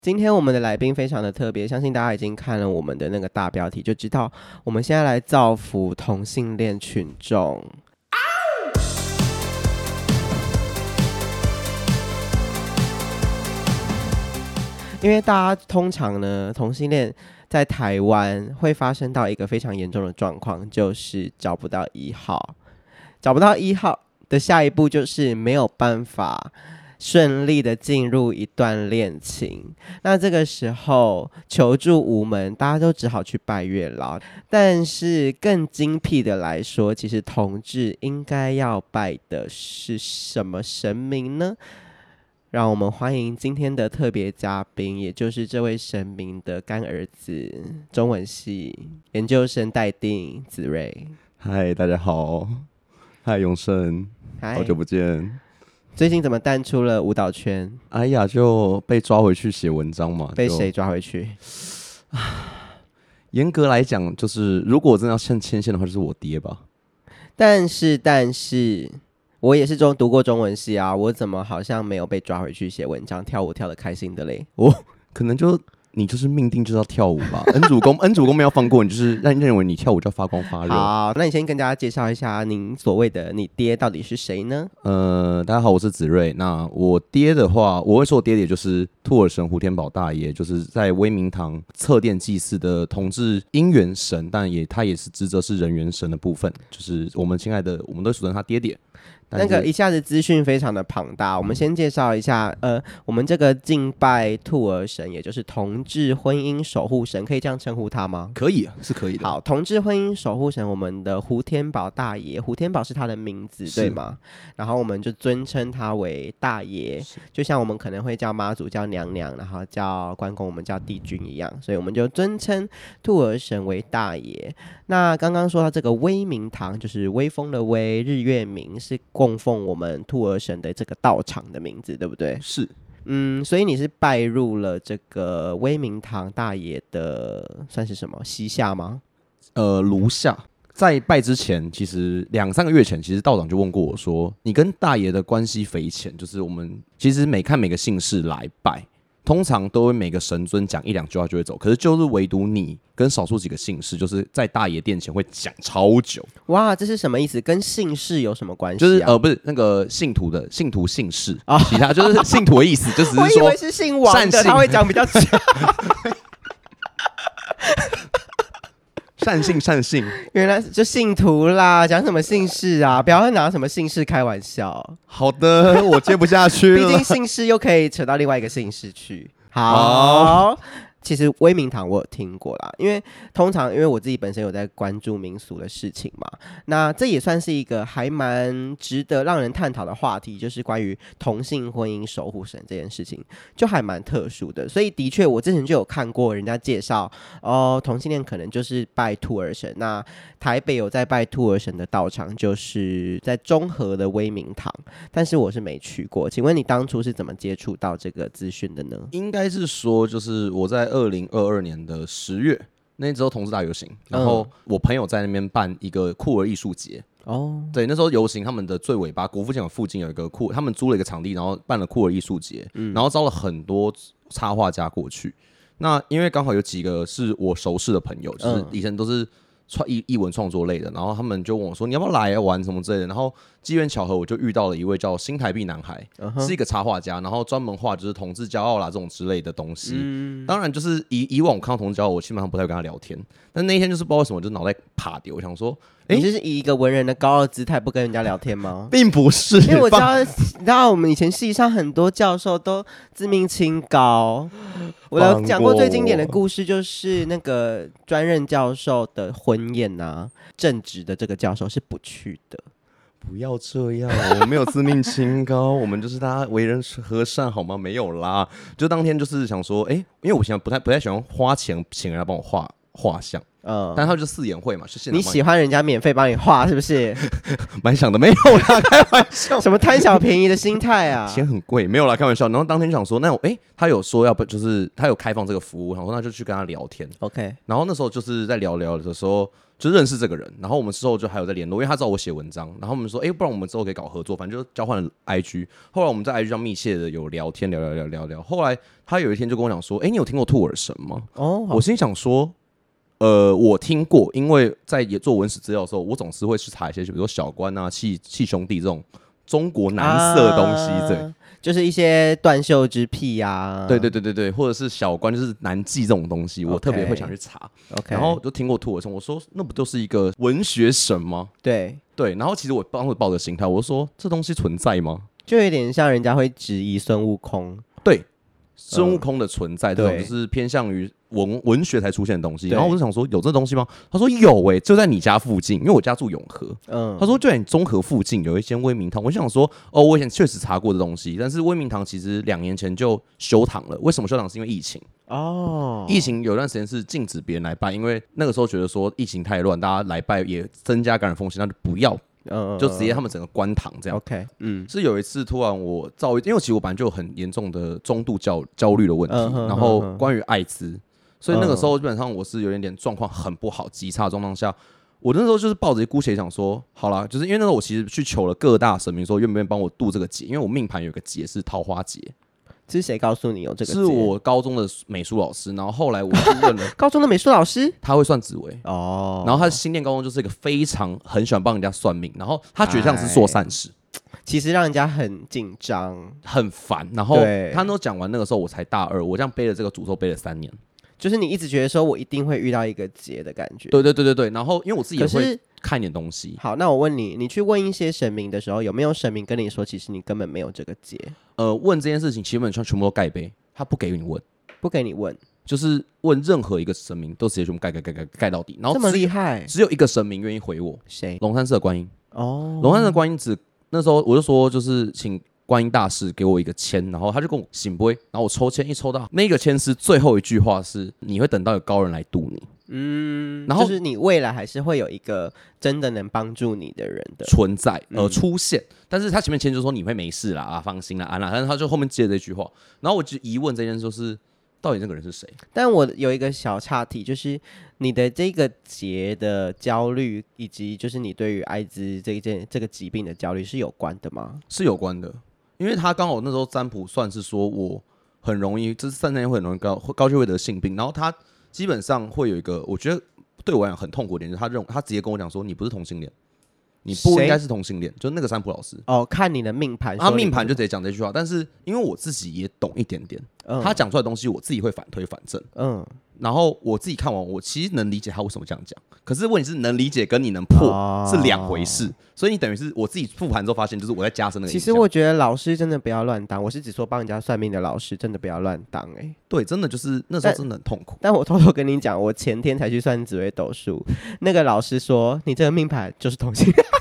今天我们的来宾非常的特别，相信大家已经看了我们的那个大标题，就知道我们现在来造福同性恋群众。因为大家通常呢，同性恋在台湾会发生到一个非常严重的状况，就是找不到一号，找不到一号的下一步就是没有办法顺利的进入一段恋情。那这个时候求助无门，大家都只好去拜月老。但是更精辟的来说，其实同志应该要拜的是什么神明呢？让我们欢迎今天的特别嘉宾，也就是这位神明的干儿子，中文系研究生待定子睿。 嗨，大家好。嗨，永胜，好久不见。 最近怎么淡出了舞蹈圈？ 哎呀，就被抓回去写文章嘛。 被谁抓回去？ 严格来讲，就是如果我真的要牵线的话，就是我爹吧。但是我也是读过中文系啊，我怎么好像没有被抓回去写文章？跳舞跳得开心的嘞。 可能你就是命定就是要跳舞吧。恩主公没有放过你，就是认为你跳舞就要发光发热。 好，那你先跟大家介绍一下您所谓的你爹到底是谁呢？ 大家好，我是子睿。那我爹的话，我会说我爹也就是兔儿神胡天宝大爷，就是在威明堂侧殿祭祀的同志姻缘神，但他也是职责是人缘神的部分，就是我们亲爱的，我们都俗称他爹爹。 那个一下子资讯非常的庞大，我们先介绍一下，我们这个敬拜兔儿神，也就是同志婚姻守护神，可以这样称呼他吗？ 可以，是可以的。 好，同志婚姻守护神，我们的胡天宝大爷，胡天宝是他的名字，对吗？然后我们就尊称他为大爷，就像我们可能会叫妈祖叫娘娘，然后叫关公我们叫帝君一样，所以我们就尊称兔儿神为大爷。那刚刚说到这个威明堂，就是威风的威，日月明，是供奉我们兔儿神的这个道场的名字，对不对？ 是。 所以你是拜入了这个威明堂大爷的算是什么膝下吗？ 炉下。在拜之前，其实2-3个月前，其实道长就问过我说：“你跟大爷的关系匪浅，就是我们其实每个姓氏来拜，通常都会每个神尊讲1-2句话就会走，可是就是唯独你跟少数几个姓氏，就是在大爷殿前会讲超久。” 哇，这是什么意思？跟姓氏有什么关系？ 就是不是那个信徒姓氏啊，其他就是信徒的意思，就只是说我以为是姓王的，他会讲比较久。 善信， 原来就信徒啦，讲什么姓氏啊？不要拿什么姓氏开玩笑。 好的，我接不下去了。 毕竟姓氏又可以扯到另外一个姓氏去。好。其实威明堂我有听过啦，因为通常因为我自己本身有在关注民俗的事情嘛，那这也算是一个还蛮值得让人探讨的话题，就是关于同性婚姻守护神这件事情，就还蛮特殊的。所以的确我之前就有看过人家介绍，同性恋可能就是拜兔儿神。那台北有在拜兔儿神的道场，就是在中和的威明堂，但是我是没去过。请问你当初是怎么接触到这个资讯的呢？ 应该是说，就是我在2022年的10月那时候同志大游行，然后我朋友在那边办一个酷儿艺术节。对，那时候游行他们的最尾巴国父纪念馆附近有一个他们租了一个场地，然后办了酷儿艺术节，然后招了很多插画家过去。那因为刚好有几个是我熟识的朋友，就是以前都是艺文创作类的，然后他们就问我说：“你要不要来玩什么之类的？”然后机缘巧合，我就遇到了一位叫新台币男孩，是一个插画家，然后专门画就是同志骄傲啦这种之类的东西。当然，就是以往我看到同志骄傲，我基本上不太会跟他聊天。但那一天就是不知道为什么，就脑袋啪掉，我想说， 你就是以一个文人的高傲姿态不跟人家聊天吗？ 并不是， 因为我知道我们以前系上很多教授都自命清高。我有讲过最经典的故事，就是那个专任教授的婚宴啊，正职的这个教授是不去的。 不要这样，我没有自命清高，我们就是大家为人和善好吗？没有啦，就当天就是想说，因为我现在不太喜欢花钱请人家帮我画画像。但他就4眼会嘛，就现场你喜欢人家免费帮你画是不是？ 蛮想的，没有啦，开玩笑。 什么贪小便宜的心态啊？ 钱很贵，没有啦，开玩笑。然后当天就想说，那他有说要不就是他有开放这个服务，然后那就去跟他聊天。 OK， 然后那时候就是在聊的时候就认识这个人，然后我们之后就还有在联络，因为他知道我写文章，然后我们说，不然我们之后可以搞合作，反正就交换了 IG。后来我们在 IG 上密切的有聊天，聊。后来他有一天就跟我讲说，你有听过兔耳神吗？我心想说。我听过，因为在也做文史资料的时候，我总是会去查一些，比如说小关啊、气兄弟这种中国男色的东西，对， 就是一些断袖之癖啊， 对，或者是小关就是男妓这种东西，我特别会想去查。然后就听过兔耳神，我说那不就是一个文学神吗？对，然后其实我当时抱着心态，我就说这东西存在吗？ 就有点像人家会质疑孙悟空， 对。孙悟空的存在，这种就是偏向于文学才出现的东西。然后我就想说，有这东西吗？他说有就在你家附近，因为我家住永和。他说就在你中和附近有一间威明堂。我想说，我以前确实查过的东西，但是威明堂其实2年前就休堂了。为什么休堂？是因为疫情。疫情有段时间是禁止别人来拜，因为那个时候觉得说疫情太乱，大家来拜也增加感染风险，那就不要。就直接他们整个关堂这样。 OK， 是有一次突然我因为其实我本来就有很严重的中度焦虑的问题，然后关于艾滋，所以那个时候基本上我是有点状况很不好、极差的状况下，我那时候就是抱着姑且想说，好啦，就是因为那时候我其实去求了各大神明说愿不愿意帮我渡这个劫，因为我命盘有个劫是桃花劫。 是谁告诉你有这个？ 是我高中的美术老师，然后后来我去问了高中的美术老师， 他会算紫微然后他新店高中就是一个很喜欢帮人家算命，然后他觉得这样是做善事， 其实让人家很紧张、 很烦。然后他都讲完，那个时候我才大2，我这样背了这个诅咒背了3年。 就是你一直觉得说我一定会遇到一个劫的感觉。 对。然后因为我自己也会看一点东西。 好，那我问你，你去问一些神明的时候，有没有神明跟你说，其实你根本没有这个劫？ 问这件事情基本上全部都盖杯，他不给你问， 不给你问， 就是问任何一个神明都直接全部盖到底。然后这么厉害， 只有一个神明愿意回我， 谁？ 龙山寺的观音。龙山寺的观音那时候我就说，就是请观音大师给我一个签，然后他就跟我醒杯，然后我抽签，一抽到那个签是最后一句话是你会等到有高人来渡你。然后就是你未来还是会有一个真的能帮助你的人的存在出现，但是他前面签就说你会没事啦放心啦安啦，但是他就后面接这句话，然后我就疑问这件事就是到底那个人是谁？ 但我有一个小岔题，就是你的这个劫的焦虑，以及就是你对于艾滋这个疾病的焦虑是有关的吗？ 是有关的，因为他刚好那时候占卜算是说我很容易，就是3年会很容易高就会得性病，然后他基本上会有一个，我觉得对我来讲很痛苦的点，就是他直接跟我讲说你不是同性恋，你不应该是同性恋，就是那个占卜老师看你的命盘， 他命盘就直接讲这句话，但是因为我自己也懂一点点，他讲出来的东西我自己会反推反证，然后我自己看完，我其实能理解他为什么这样讲，可是问题是能理解跟你能破是2回事，所以你等于是我自己复盘之后发现，就是我在加深那个影响。 其实我觉得老师真的不要乱当，我是只说帮人家算命的老师真的不要乱当对，真的就是那时候真的很痛苦。 但我偷偷跟你讲，我前天才去算紫微斗数，那个老师说你这个命盘就是同性恋。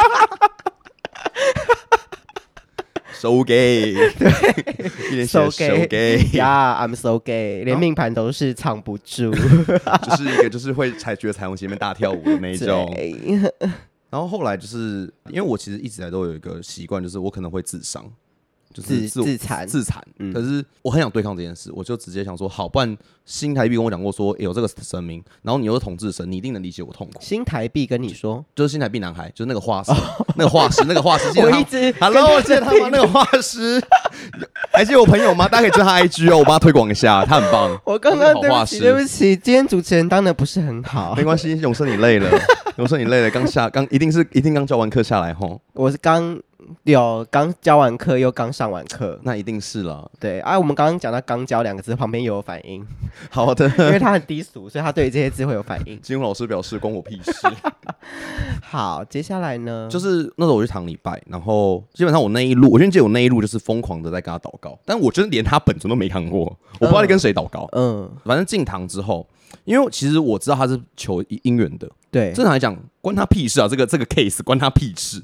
So gay， 对，so gay，Yeah，I'm so gay， 连命盘都是藏不住， 就是一个就是会觉得彩虹前面大跳舞的那一种。然后后来就是因为我其实一直以来都有一个习惯，就是我可能会自伤，就是自残。可是我很想对抗这件事，我就直接想说，好，不然新台币跟我讲过说，有这个神明，然后你又是同志神，你一定能理解我痛苦。 新台币跟你说， 就是新台币男孩，就是那个画师，那个画师， 我一直 ，Hello， 我记得他吗？那个画师，还记得我朋友吗？大家可以追他 IG 哦，我帮他推广一下，他很棒。 我刚刚对不起，今天主持人当的不是很好， 没关系，永生你累了，一定刚教完课下来吼。 我是刚教完课又刚上完课， 那一定是了。 对，我们刚刚讲到刚教2个字，旁边又有反应。 好的， 因为他很低俗，所以他对于这些字会有反应。 金庸老师表示关我屁事。 好，接下来呢， 就是那时候我去堂礼拜，然后基本上我先记得我那一路就是疯狂的在跟他祷告，但我真的连他本尊都没看过，我不知道你跟谁祷告。反正进堂之后，因为其实我知道他是求姻缘的，对，正常来讲关他屁事啊，这个 case 关他屁事。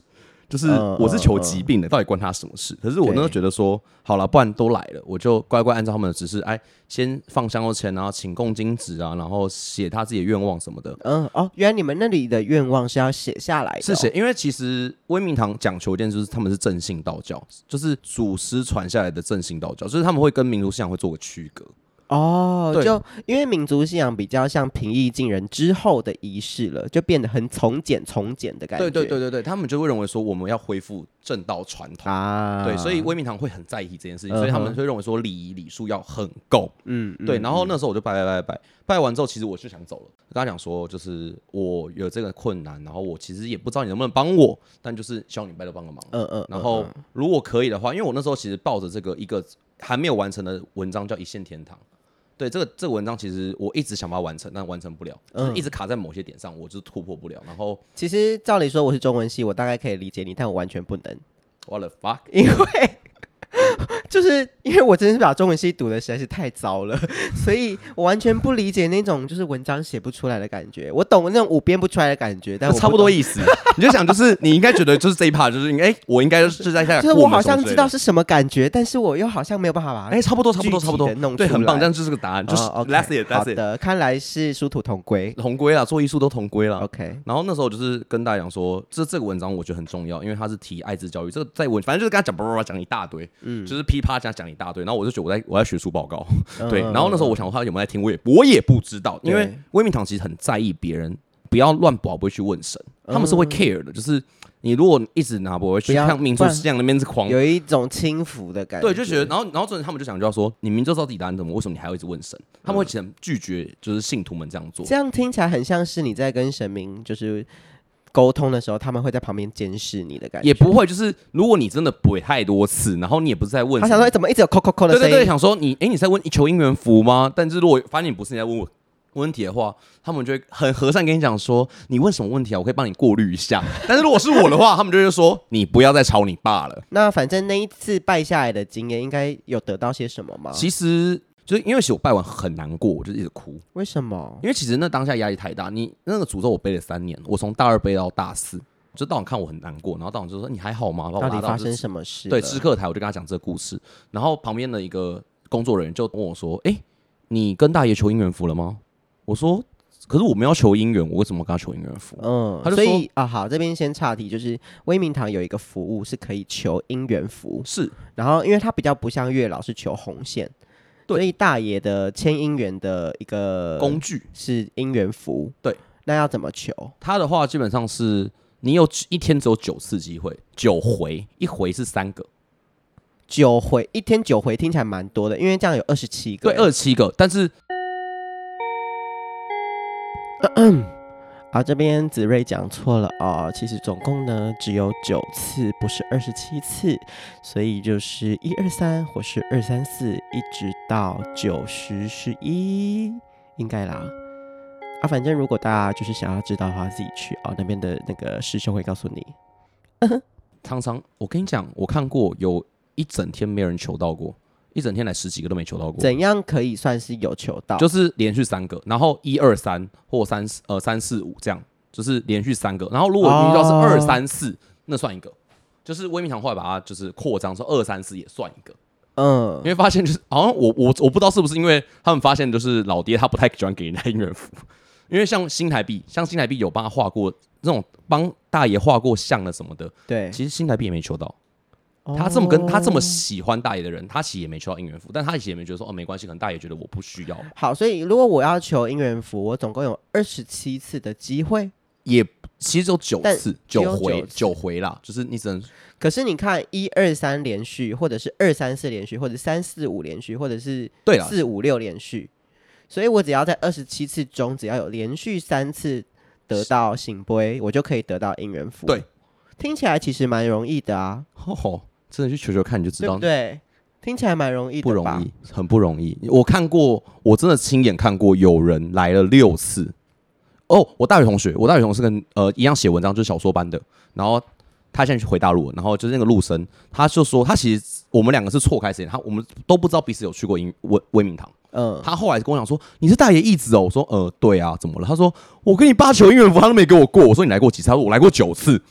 就是我是求疾病的，到底关他什么事？可是我那时候觉得说，好了，不然都来了，我就乖乖按照他们的指示，先放香油钱啊，请供金纸啊，然后写他自己的愿望什么的。 原来你们那里的愿望是要写下来的。 是写，因为其实威明堂讲求一件就是他们是正信道教，就是祖师传下来的正信道教，就是他们会跟民族信仰会做个区隔。 就因为民族信仰比较像平易近人之后的仪式了，就变得很从简的感觉。 对，他们就会认为说我们要恢复正道传统对，所以威明堂会很在意这件事情，所以他们会认为说礼仪礼数要很够。对，然后那时候我就拜完之后，其实我就想走了，跟他讲说就是我有这个困难，然后我其实也不知道你能不能帮我，但就是希望你拜托帮个忙。然后如果可以的话，因为我那时候其实抱着这个一个还没有完成的文章叫一线天堂。对，这个文章其实我一直想把它完成，但完成不了，就是一直卡在某些点上，我就是突破不了。然后其实照理说我是中文系，我大概可以理解你，但我完全不能。 What the fuck？ 因为就是因为我真是把中文系读的实在是太糟了，所以我完全不理解那种就是文章写不出来的感觉。我懂那种五编不出来的感觉，但我差不多意思。你就想，就是你应该觉得就是这一 part 就是我应该是在下， 就是我好像知道是什么感觉，但是我又好像没有办法把它差不多弄出来。 对，很棒，这样就是个答案，就是 that's it。 好的，看来是殊途同归啦，做艺术都同归啦。 OK， 然后那时候就是跟大家讲说，这个文章我觉得很重要，因为它是提艾滋教育，这个反正就是跟他讲一大堆，就是噼啪讲一大堆，然后我就觉得我在学术报告，对，然后那时候我想他有没有在听，我也不知道，因为威明堂其实很在意别人不要乱宝贝去问神，他们是会 care 的，就是你如果一直拿宝贝去像民族信仰那边是狂， 有一种轻浮的感觉， 对，就觉得，然后他们就想就要说，你明就知道自己答案怎么，为什么你还要一直问神？他们会拒绝，就是信徒们这样做， 这样听起来很像是你在跟神明就是沟通的时候，他们会在旁边监视你的感觉， 也不会，就是如果你真的不太多次，然后你也不是在问， 他想说怎么一直有扣扣扣的声音， 对，想说你在问求姻缘符吗？但是如果发现你不是你在问我问题的话，他们就会很和善跟你讲说，你问什么问题啊？我可以帮你过滤一下。但是如果是我的话，他们就会说你不要再吵你爸了。 那反正那一次拜下来的经验，应该有得到些什么吗？ 其实就是因为我拜完很难过，我就一直哭。 为什么？ 因为其实那当下压力太大，你那个诅咒我背了3年，我从大2背到大4。就道长看我很难过，然后道长就说你还好吗？ 到底发生什么事？ 对，知客台我就跟他讲这个故事，然后旁边的一个工作人员就问我说：“你跟大爷求姻缘符了吗？”我说：“可是我们要求姻缘，我为什么跟他求姻缘符？”他就说：“所以好，这边先岔题，就是威明堂有一个服务是可以求姻缘符， 是， 然后因为它比较不像月老是求红线，所以大爷的签姻缘的一个工具是姻缘符。对，那要怎么求？ 他的话基本上是。你有一天只有9次机会，9回，一回是3个 ，9回，一天9回听起来蛮多的，因为这样有27个。 对，27个，但是， 这边子睿讲错了其实总共呢只有9次，不是27次，所以就是1、2、3，或是2、3、4，一直到9、10、11，应该啦。反正如果大家就是想要知道的话，自己去那边的那个师兄会告诉你。 常常我跟你讲，我看过有一整天没人求到过，一整天来10几个都没求到过。 怎样可以算是有求到？ 就是连续3个，然后1、2、3或3、4、5这样，就是连续3个。然后如果遇到是2、3、4，那算一个。就是威明堂后来把它就是扩张说2、3、4也算一个。因为发现就是好像我不知道是不是因为他们发现就是老爹他不太喜欢给人家姻缘符。因为像新台币有帮他画过这种帮大爷画过像的什么的，对，其实新台币也没求到。他这么喜欢大爷的人，他其实也没求到姻缘符，但他其实也没觉得说没关系，可能大爷觉得我不需要。 好，所以如果我要求姻缘符，我总共有27次的机会， 也其实只有9次，9回啦，就是你只能。 可是你看1、2、3连续，或者是2、3、4连续，或者3、4、5连续，或者是4、5、6连续。所以我只要在27次中，只要有连续3次得到圣杯，我就可以得到姻缘符。 对， 听起来其实蛮容易的啊。 真的去求求看你就知道， 对不对？听起来蛮容易的吧？ 不容易，很不容易。我看过，我真的亲眼看过有人来了6次。我大学同学跟一样写文章，就是小说班的，然后他现在去回大陆，然后就是那个陆生，他就说他其实我们2个是错开时间，我们都不知道彼此有去过威明堂。他后来跟我讲说你是大爷义子哦，我说对啊，怎么了？他说我跟你爸求姻缘符，他都没给我过。我说你来过几次？他说我来过9次。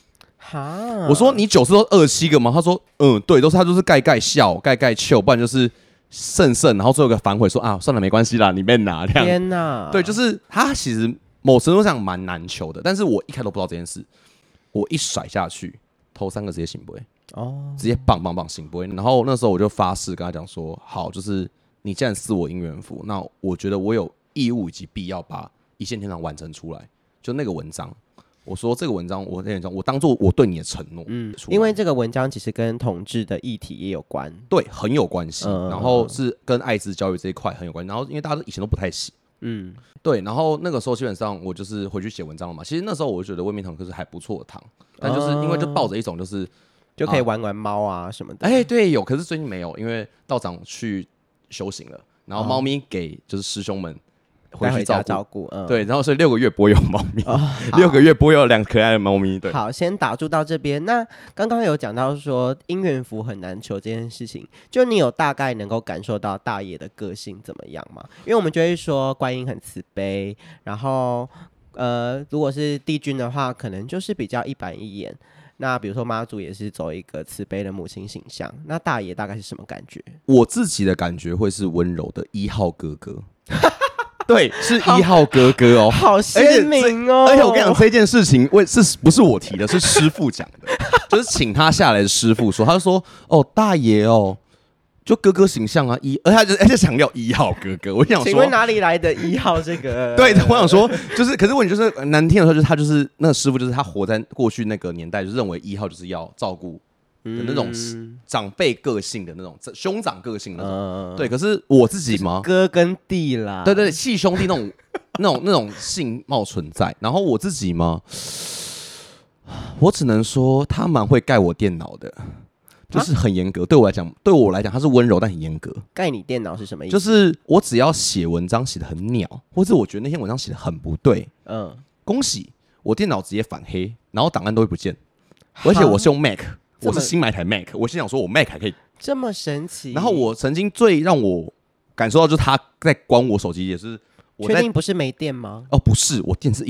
哈， 我说你9次都27个吗？他说对，他都是盖笑盖笑，不然就是剩，然后最后一个反悔说啊算了没关系啦，你别拿这样。 天哪， 对，就是他其实某程度上蛮难求的，但是我一开始都不知道这件事，我一甩下去，头3个直接醒不会直接棒醒不会。然后那时候我就发誓跟他讲说，好，就是你既然赐我姻缘符，那我觉得我有义务以及必要把一线天堂完成出来，就那个文章。我说这个文章，我当做我对你的承诺。 因为这个文章其实跟同志的议题也有关， 对，很有关系。然后是跟艾滋教育这一块很有关系。然后因为大家以前都不太写，对。然后那个时候基本上我就是回去写文章了嘛。其实那时候我就觉得未命堂课是还不错的堂，但就是因为就抱着一种就可以玩猫啊什么的。 对，有，可是最近没有，因为道长去修行了，然后猫咪给就是师兄们。回去照顾，对，然后所以6个月不会有猫咪，6个月不会有2可爱的猫咪。对， 好，先打住到这边。那刚刚有讲到说姻缘符很难求这件事情，就你有大概能够感受到大爷的个性怎么样吗？因为我们就会说观音很慈悲，然后如果是帝君的话，可能就是比较一板一眼。那比如说妈祖也是走一个慈悲的母亲形象，那大爷大概是什么感觉？我自己的感觉会是温柔的1号哥哥。对，是1号哥哥哦， 好鲜明哦！ 而且我跟你讲，这件事情不是我提的，是师父讲的，就是请他下来的师父说，他就说哦，大爷哦，就哥哥形象啊，而且强调1号哥哥。我想说， 请问哪里来的1号这个？ 对，我想说，可是问题就是难听的说，就是他就是那个师父，就是他活在过去那个年代，就认为1号就是要照顾。的那种长辈个性的那种兄长个性的那种，对。可是我自己嘛， 哥跟弟啦， 对，系兄弟那种性貌存在。然后我自己嘛，我只能说他蛮会盖我电脑的，就是很严格。对我来讲，他是温柔但很严格。 盖你电脑是什么意思？ 就是我只要写文章写得很鸟，或者我觉得那篇文章写得很不对，恭喜我电脑直接反黑，然后档案都会不见，而且我是用 Mac。我是新买台 Mac， 我心想说我 Mac 还可以这么神奇。 然后我曾经最让我感受到就是他在关我手机，也是我确定不是没电吗？ 哦，不是，我电是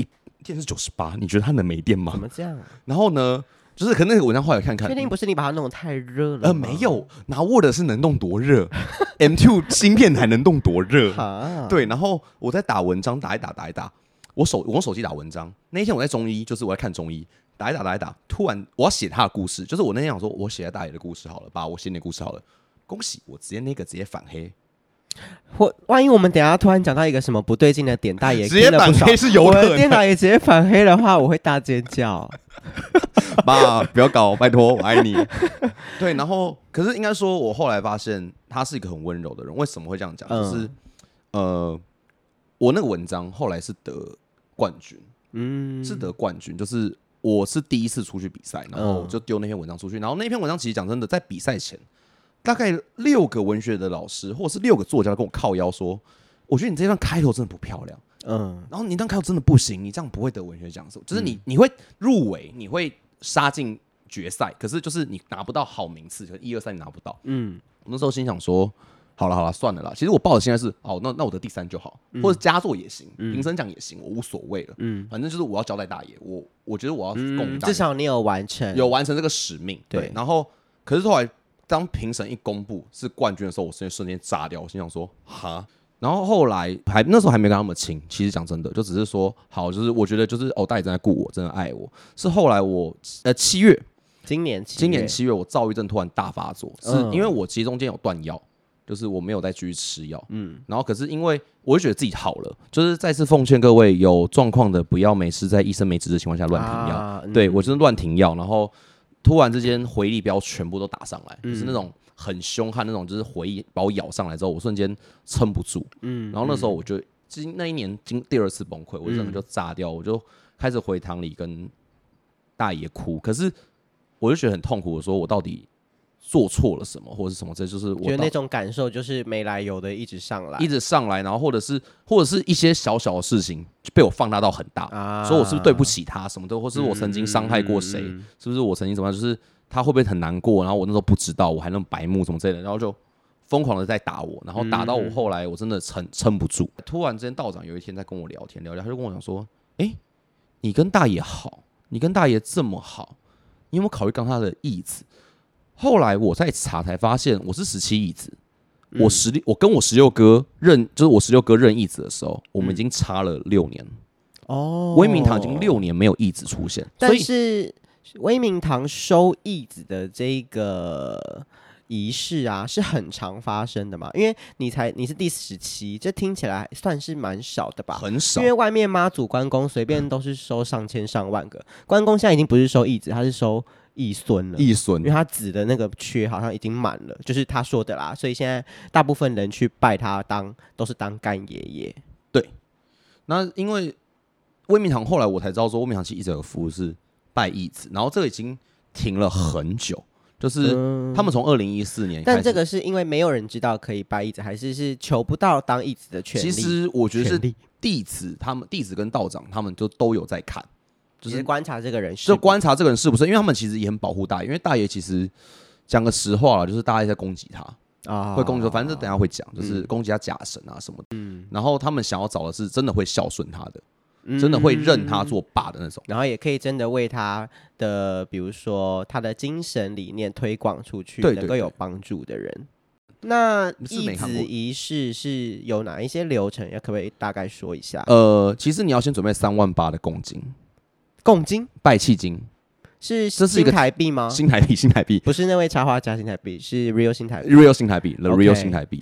98，你觉得它能没电吗？ 怎么这样？ 然后呢，就是可能那个文章后来看看， 确定不是你把它弄得太热了？ 没有，拿 Word 是能弄多热，M2 芯片还能弄多热？对，然后我在打文章，打一打，我用手机打文章。那一天我在中医，就是我在看中医。打一打，突然我要写他的故事，就是我那天想说，我写大爷的故事好了，把我心里的故事好了，恭喜我直接反黑。 万一我们等一下突然讲到一个什么不对劲的点，大爷直接反黑是有可能， 我的电脑也直接反黑的话，我会大尖叫。 爸，不要搞，拜托，我爱你。对，然后可是应该说，我后来发现他是一个很温柔的人。为什么会这样讲？就是我那个文章后来是得冠军。是得冠军，就是我是第一次出去比赛，然后就丢那篇文章出去，然后那篇文章其实讲真的，在比赛前，大概6个文学的老师或者是6个作家跟我靠腰说，我觉得你这段开头真的不漂亮，然后你这样开头真的不行，你这样不会得文学奖，就是你会入围，你会杀进决赛，可是就是你拿不到好名次，就1、2、3你拿不到。我那时候心想说。好了，算了啦。其实我抱的心态是，那我得第3就好，或者佳作也行，评审奖也行，我无所谓了。反正就是我要交代大爷，我觉得我要供大爷， 至少你有完成这个使命。对，然后可是后来当评审一公布是冠军的时候，我瞬间炸掉，我心想说哈。然后后来那时候还没跟他们亲，其实讲真的，就只是说好，就是我觉得就是大爷真的顾我，真的爱我。是后来我7月，今年7月我躁郁症突然大发作，是因为我其实中间有断药。就是我没有再继续吃药，然后可是因为我就觉得自己好了，就是再次奉劝各位有状况的不要没事在医生没指示的情况下乱停药，对我就是乱停药，然后突然之间回力镖全部都打上来，就是那种很凶悍那种，就是回忆把我咬上来之后，我瞬间撑不住，然后那时候我就那一年第2次崩溃，我整个就炸掉，我就开始回堂里跟大爷哭，可是我就觉得很痛苦，我说我到底。做错了什么，或者是什么？这就是我觉得那种感受，就是没来由的一直上来， 然后或者是一些小小的事情被我放大到很大，所以我是不是对不起他什么的，或是我曾经伤害过谁，是不是我曾经怎么样？就是他会不会很难过？然后我那时候不知道，我还那么白目什么之类的，然后就疯狂的在打我，然后打到我后来我真的撑不住。突然之间道长有一天在跟我聊天，他就跟我讲说：“你跟大爷好，你跟大爷这么好。” 你有没有考虑当他的义子？后来我再查才发现，我是17义子。我跟我16哥认，就是我16哥认义子的时候，我们已经差了6年。威明堂已经6年没有义子出现， 但是威明堂收义子的这个仪式啊，是很常发生的嘛？因为你是第17，这听起来算是蛮少的吧？ 很少， 因为外面妈祖关公随便都是收上千上万个，关公现在已经不是收义子，他是收义孙了。义孙，因为他子的那个缺好像已经满了，就是他说的啦，所以现在大部分人去拜他都是当干爷爷。 对，那因为威明堂后来我才知道说，威明堂其实一直有个服务是拜义子，然后这个已经停了很久。就是他们从2014年开始， 但这个是因为没有人知道可以拜义子，还是求不到当义子的权利？ 其实我觉得是弟子跟道长他们都有在看， 就是观察这个人是， 就观察这个人是不是，因为他们其实也很保护大爷，因为大爷其实讲个实话啦，就是大爷在攻击他。会攻击说，反正等一下会讲，就是攻击他假神啊什么的。然后他们想要找的是真的会孝顺他的，真的会认他做爸的那种， 然后也可以真的为他的，比如说他的精神理念推广出去，能够有帮助的人。那义子仪式是有哪一些流程？可不可以大概说一下？ 其实你要先准备38000的贡金，拜契金。 这是新台币吗？ 新台币， 不是那位插画家新台币，是 real 新台币 ，the real 新台币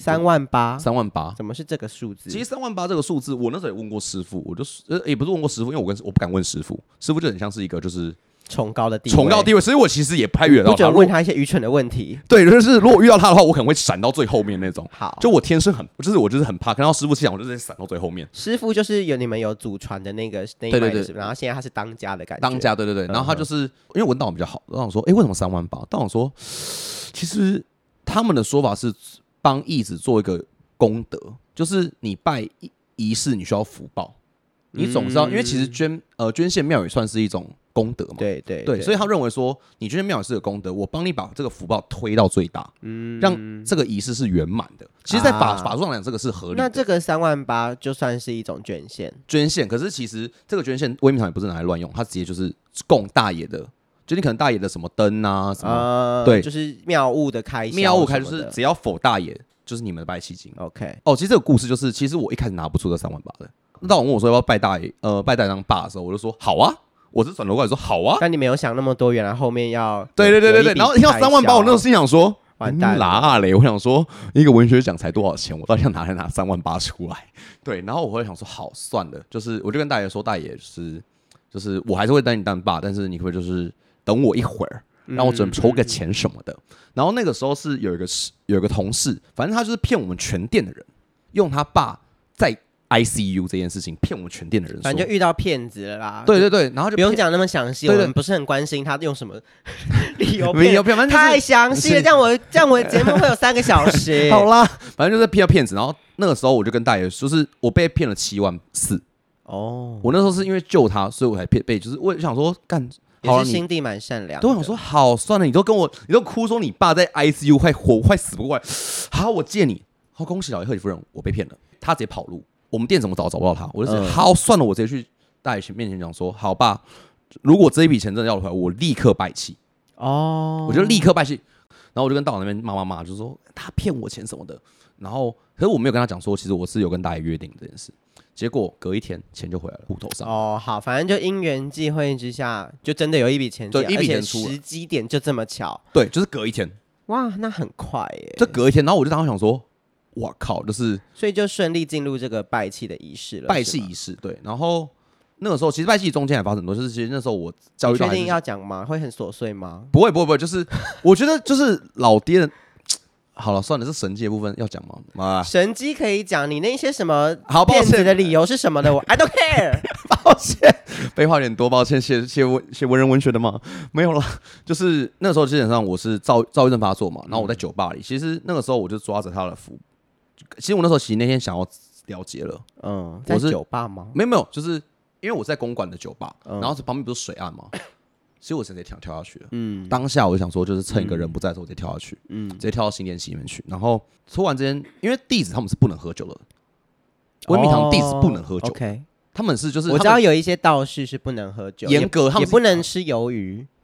，38000，怎么是这个数字？ 其实38000这个数字，我那时候也问过师傅，我就也不是问过师傅，因为我不敢问师傅，师傅就很像是一个就是崇高的地位，所以我其实也不太遇得到他。 不准问他一些愚蠢的问题。 对，就是如果遇到他的话，我可能会闪到最后面那种。 好， 就我天生我就是很怕看到师傅气场，我就直接闪到最后面。 师傅就是你们有祖传的那一脉的，然后现在他是当家的感觉。 当家，对。然后他就是因为文道比较好，然后我说，为什么38000？但我说，其实他们的说法是帮义子做一个功德，就是你拜仪式你需要福报，你总知道，因为其实捐献庙宇算是一种功德嘛，对，所以他认为说，你捐献庙宇是个功德，我帮你把这个福报推到最大，让这个仪式是圆满的。其实，在法术上讲，这个是合理的。 那这个38000就算是一种捐献， 可是其实这个捐献威明堂也不是拿来乱用，它直接就是供大爷的，就你可能大爷的什么灯啊什么，对， 就是庙务的开销， 就是只要否大爷，就是你们的拜契金。 OK， 其实这个故事就是，其实我一开始拿不出这38000的。那当我问我说要不要拜大爷，拜大爷当爸的时候，我就说好啊。我是转头过来说好啊， 但你没有想那么多，原来后面要对，然后听到38000，我那时候心想说完蛋啦嘞！我想说一个文学奖才多少钱，我到底要拿38000出来？对，然后我会想说好算了，就是我就跟大爷说，大爷就是我还是会当你当爸，但是你会就是等我一会儿，让我准筹个钱什么的。然后那个时候是有一个同事，反正他就是骗我们全店的人，用他爸在ICU 这件事情骗我们全店的人， 反正就遇到骗子了啦。 对，然后就不用讲那么详细，我们不是很关心他用什么理由骗，太详细了，这样我的节目会有3个小时。 好啦，反正就是骗到骗子。然后那个时候我就跟大爷说，就是我被骗了74000。我那时候是因为救他，所以我才被，就是我想说干。 也是心地蛮善良的， 都想说好算了，你都哭说你爸在 ICU 快死不过来，好我借你，好恭喜老爷贺喜夫人，我被骗了，他直接跑路。我们店怎么找不到他？我就好算了，我直接去大爷面前讲说，好爸，如果这一笔钱真的要回来，我立刻拜契。我就立刻拜契。然后我就跟道长那边骂，就说他骗我钱什么的。然后可是我没有跟他讲说，其实我是有跟大爷约定这件事。结果隔一天钱就回来了，户头上。 好，反正就因缘际会之下，就真的有一笔钱， 对，一笔钱出了， 时机点就这么巧。 对，就是隔一天。 哇，那很快耶！ 就隔一天，然后我就当时想说。哇靠！ 所以就顺利进入这个拜契的仪式了。 拜契仪式，对。然后那个时候，其实拜契中间还发生很多，就是其实那时候我教育到， 确定要讲吗？会很琐碎吗？ 不会，就是我觉得就是老爹的。好了，算了，是神迹的部分要讲吗？ 神迹可以讲，你那些什么骗子的理由是什么的？我 I don't care。 抱歉，废话有点多，抱歉。写文人文学的吗？没有了。就是那时候基本上我是躁郁症发作嘛，然后我在酒吧里，其实那个时候我就抓着他的符。其实我那时候那天想要了结了， 在酒吧吗？ 没有，就是因为我在公馆的酒吧，然后旁边不是水岸吗？其实我直接跳下去了。当下我就想说，就是趁一个人不在的时候，我直接跳下去，直接跳到新店溪里面去。然后突然之间，因为弟子他们是不能喝酒的，威明堂弟子不能喝酒。 OK， 他们是就是我知道有一些道士是不能喝酒， 严格，他们也不能吃鱿鱼。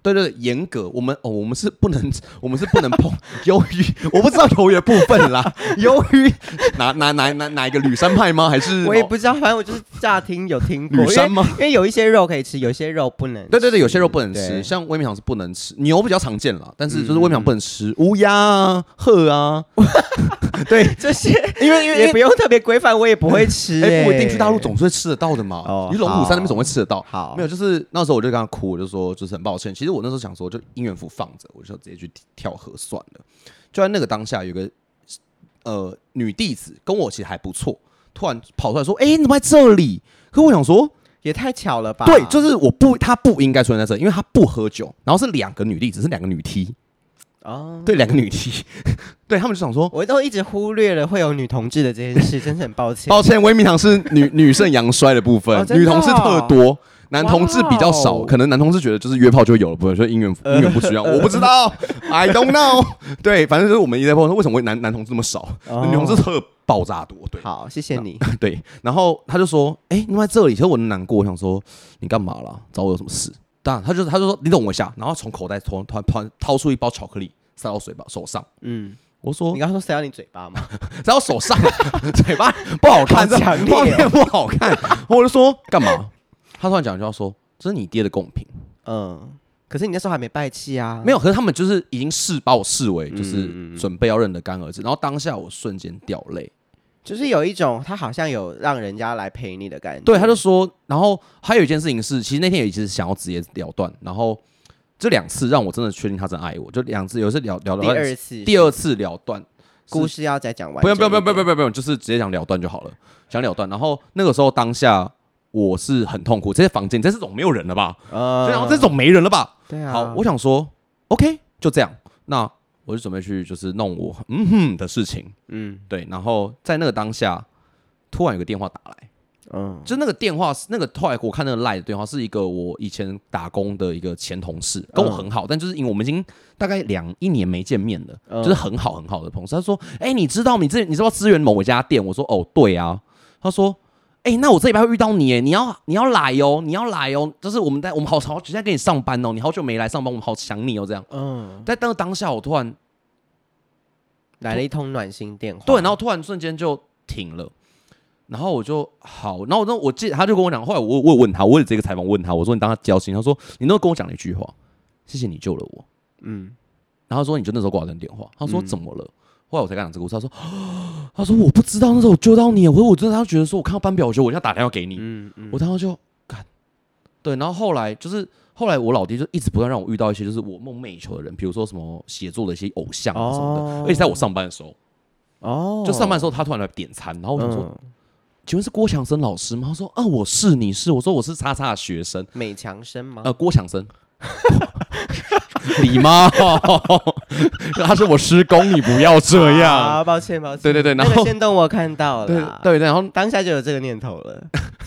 对对对，严格，我们是不能碰鱿鱼，我不知道鱿鱼的部分啦，鱿鱼哪一个吕山派吗？还是我也不知道，反正我就是乍听有听过吕山吗？ 因为有一些肉可以吃，有些肉不能吃。 对对对，有些肉不能吃，像威米糖是不能吃，牛比较常见啦，但是就是威米糖不能吃，乌鸦啊、鹤啊，对这些，因为也不用特别规范，我也不会吃。 不一定去大陆总是会吃得到的嘛，你去龙虎山那边总会吃得到。 好， 没有，就是那时候我就跟他哭，我就说就是很抱歉。其实我那时候想说，就姻缘符放着，我就直接去跳河算了。就在那个当下，有个女弟子跟我其实还不错，突然跑出来说：“哎，你怎么在这里？”可我想说， 也太巧了吧？ 对，就是她不应该出现在这里，因为她不喝酒，然后是2个女弟子，是2个女 T。哦，对，2个女 T， 对他们就想说， 我都一直忽略了会有女同志的这件事，真是很抱歉。 抱歉，威米堂是女胜阳衰的部分，女同志特多。男同志比较少，可能男同志觉得就是约炮就有了，不是说姻缘不需要，我不知道，I don't know。对，反正就是我们一直在问为什么男同志这么少，女同志特爆炸多。对， 好，谢谢你。 对，然后他就说，哎，你在这里，其实我很难过，我想说你干嘛啦？找我有什么事？当然，他就说你等我一下，然后从口袋突然掏出一包巧克力塞到手上。我说你刚刚说塞到你嘴巴吗？ 塞到手上，嘴巴不好看， 强烈， 画面不好看。我就说干嘛？他突然讲一句话说：“这是你爹的贡品。” 可是你那时候还没拜气啊。 没有，可是他们就是已经把我视为就是准备要认的干儿子，然后当下我瞬间掉泪， 就是有一种他好像有让人家来陪你的感觉。 对，他就说，然后还有一件事情是，其实那天也其实想要直接了断，然后这2次让我真的确定他真爱我，就2次，有一次了断，第二次了断， 故事要再讲完， 不用，就是直接讲了断就好了，讲了断，然后那个时候当下。我是很痛苦，这些房间这种没有人了吧？然后这种没人了吧？ 对啊。 好，我想说 ，OK， 就这样。那我就准备去就是弄我的事情。对。然后在那个当下，突然有个电话打来。就那个电话，后来我看那个 LINE 的电话，是一个我以前打工的一个前同事，跟我很好，但就是因为我们已经大概1年没见面了，就是很好的同事。他说：“哎，你知道支援某一家店？”我说：“哦，对啊。”他说。那我这礼拜会遇到你耶，你要来哦，就是我们好现在跟你上班哦，你好久没来上班，我们好想你哦，这样。在当下我突然来了一通暖心电话， 对，然后突然瞬间就停了，然后我就好，然后我记得他就跟我讲，后来我有问他，我有这个采访问他，我说你当他交心，他说你那时候跟我讲了一句话，谢谢你救了我，然后说你就那时候挂了电话，他说怎么了？后来我才跟他讲这个故事，他说我不知道那时候我救到你，我真的觉得说我看到班表，我觉得我要打电话给你，我当时就干，对，然后后来我老爹就一直不断让我遇到一些就是我梦寐以求的人，比如说什么写作的一些偶像啊什么的，而且在我上班的时候，就上班的时候他突然来点餐，然后我想说，请问是郭强生老师吗？他说我是，你是，我说我是叉叉的学生， 美强生吗？ 郭强生。礼貌，他说我施工，你不要这样。 啊，抱歉。 对，然后先动我看到了， 对，然后当下就有这个念头了。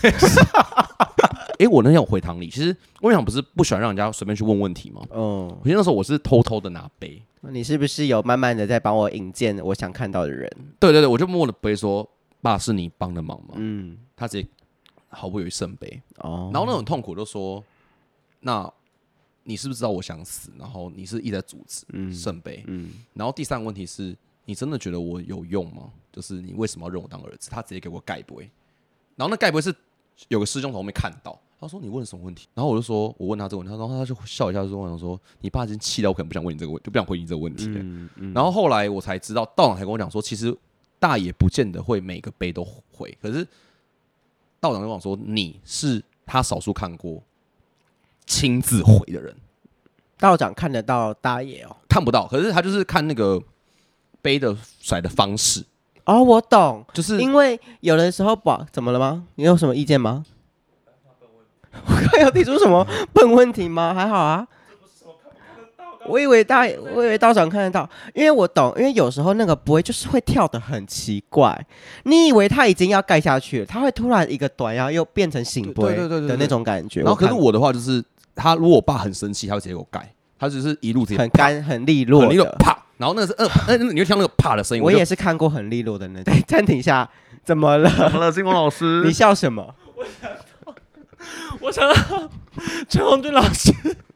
我那天有回堂里，其实我想不是不喜欢让人家随便去问问题吗？我记得那时候我是偷偷的拿杯。 你是不是有慢慢的在帮我引荐我想看到的人？ 对，我就默默的杯说：“爸，是你帮的忙吗？”他直接毫不犹豫圣杯。然后那种痛苦就说：“那。”你是不是知道我想死？然后你是一直在阻止圣杯。然后第3个问题是你真的觉得我有用吗？就是你为什么要认我当儿子？他直接给我盖杯，然后那盖杯是有个师兄从后面看到，他说你问什么问题？然后我就说我问他这个问题，然后他就笑一下，就跟我讲说你爸已经气到我可能不想问你这个问题，就不想回你这个问题了。然后后来我才知道，道长才跟我讲说，其实大爷不见得会每个杯都回，可是道长跟我讲说你是他少数看过。亲自回的人， 道长看得到大爷哦？ 看不到，可是他就是看那个杯的甩的方式。 我懂， 就是因为有的时候怎么了吗？你有什么意见吗？我刚有提出什么笨问题吗？还好啊。我以为道长看得到，因为我懂，因为有时候那个杯就是会跳得很奇怪，你以为他已经要盖下去了，他会突然一个短腰又变成醒杯的那种感觉。 然后可是我的话就是，他如果我爸很生气，他会直接给我盖，他只是一路直接很干很利落啪，然后那个是你就听那个啪的声音。 我也是看过很利落的那种。暂停一下，怎么了？ 金光老师， 你笑什么？ 我想到陈鸿钧老师。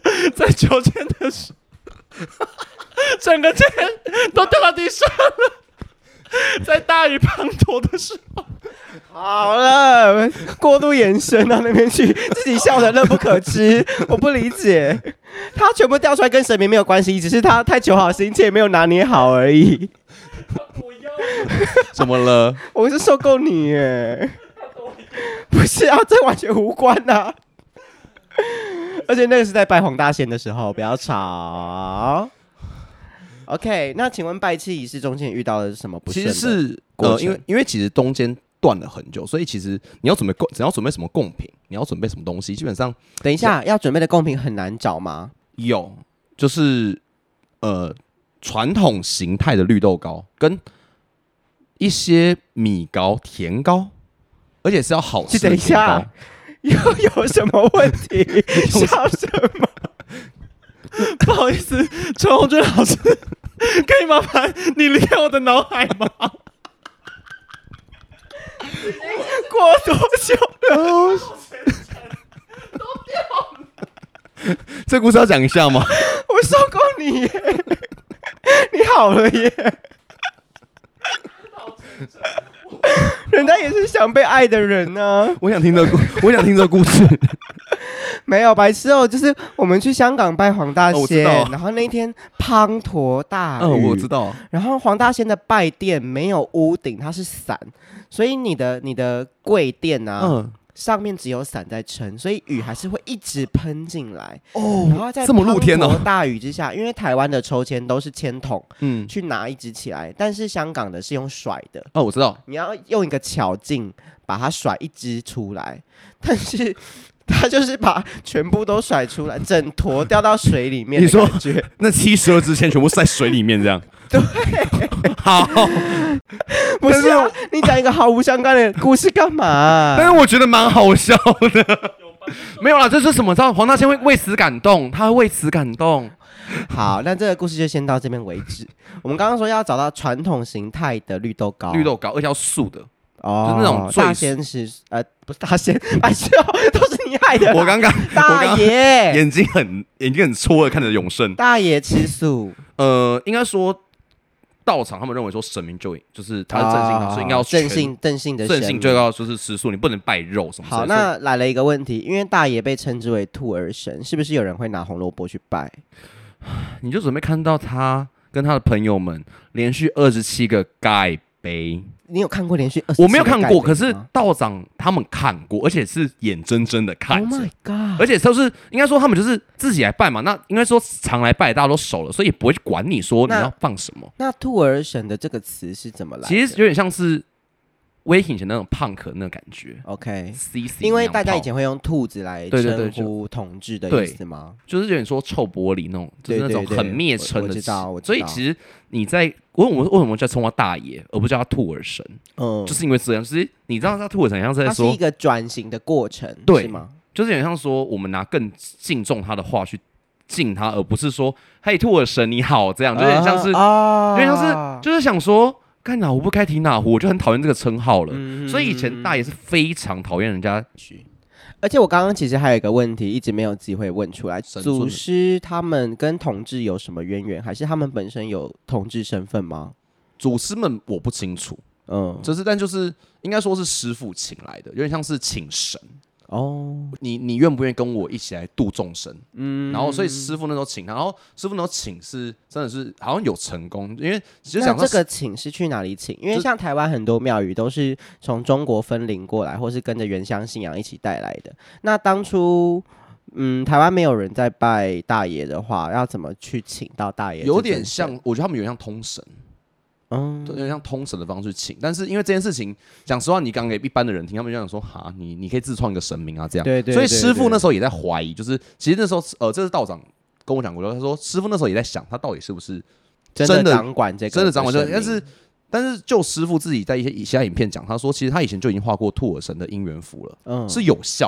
在秋千的时候，整个千都掉到地上了。在大雨滂沱的时候， 好了，过度延伸到那边去，自己笑得乐不可支，我不理解。他全部掉出来跟神明没有关系，只是他太求好心切，没有拿捏好而已。 不要，怎么了？ 我是受够你耶！不是啊，这完全无关啊。而且那个是在拜黄大仙的时候，不要吵。OK， 那请问拜祭仪式中间遇到的是什么不顺的？ 其实是因为其实中间断了很久，所以其实你要准备什么贡品，你要准备什么东西，基本上等一下要准备的贡品很难找吗？ 有，就是传统形态的绿豆糕跟一些米糕、甜糕，而且是要好吃的。 等一下，又有什么问题？笑什么？ 不好意思，陈红娟老师，可以麻烦你离开我的脑海吗？ 过多久了？ 都掉了。这故事要讲一下吗？ 我受够你耶！你好了耶！人家也是想被爱的人呢、啊。 我想听这个故事。 没有白痴哦，就是我们去香港拜黄大仙，然后那一天滂沱大雨， 我知道。 然后黄大仙的拜殿没有屋顶，它是伞，所以你的柜殿啊，上面只有伞在撑，所以雨还是会一直喷进来。然后在滂沱大雨之下，因为台湾的抽签都是签筒，去拿一支起来，但是香港的是用甩的。 我知道， 你要用一个巧劲把它甩一支出来，但是。他就是把全部都甩出来，整坨掉到水里面。 你说那72支签全部在水里面这样？ 对， 好， 不是啊，你讲一个毫无相干的故事干嘛、 但是我觉得蛮好笑的。没有啦，这是什么？知道黄大仙会为此感动，他会为此感动。 好，那这个故事就先到这边为止。我们刚刚说要找到传统形态的绿豆糕， 而且要素的。 哦， 就是那种大仙是不是大仙，白痴哦，都是你害的。 我刚大爷眼睛很戳的看着永胜。 大爷吃素， 应该说道场他们认为说神明就是他的正性，所以应该要正性的正性就要就是吃素，你不能拜肉什么。 好，那来了一个问题，因为大爷被称之为兔儿神，是不是有人会拿红萝卜去拜？ 你就准备看到他跟他的朋友们连续27个盖杯。 你有看过连续27？ 我没有看过，可是道长他们看过，而且是眼睁睁的看着。 Oh my god！ 而且都是应该说他们就是自己来拜嘛，那应该说常来拜大家都熟了，所以也不会去管你说你要放什么。 那兔儿神的这个词是怎么来的？ 其实有点像是威以前那种punk那种感觉。 OK， CC， 因为大家以前会用兔子来称呼统治的意思吗？ 就是有点说臭玻璃那种，就是那种很蔑称的词。 我知道。 所以其实你在为什么叫称他大爷，而不叫他兔儿神？就是因为这样。其实你知道他兔儿神像是在说， 它是一个转型的过程， 对是吗？ 就是有点像说我们拿更敬重他的话去敬他，而不是说嘿兔儿神你好这样，就有点像是，有点像是就是想说。干哪壶不开提哪壶，我就很讨厌这个称号了。所以以前大爷是非常讨厌人家。 而且我刚刚其实还有一个问题，一直没有机会问出来：祖师他们跟统治有什么渊源，还是他们本身有统治身份吗？ 祖师们我不清楚，但就是应该说是师父请来的，有点像是请神。你愿不愿意跟我一起来度众生？然后所以师父那时候请他，然后师父那时候请是真的是好像有成功，因为其实那这个请是去哪里请？因为像台湾很多庙宇都是从中国分灵过来，或是跟着原乡信仰一起带来的。那当初台湾没有人在拜大爷的话，要怎么去请到大爷？ 有点像，我觉得他们有点像通神。有点像通神的方式请，但是因为这件事情，讲实话，你讲给一般的人听，他们就想说，哈，你可以自创一个神明啊，这样。 对。 所以师父那时候也在怀疑，就是其实那时候，这是道长跟我讲过，他说师父那时候也在想，他到底是不是真的掌管这个， 真的掌管这个，但是就师父自己在一些其他影片讲，他说其实他以前就已经画过兔儿神的姻缘符了，是有效的。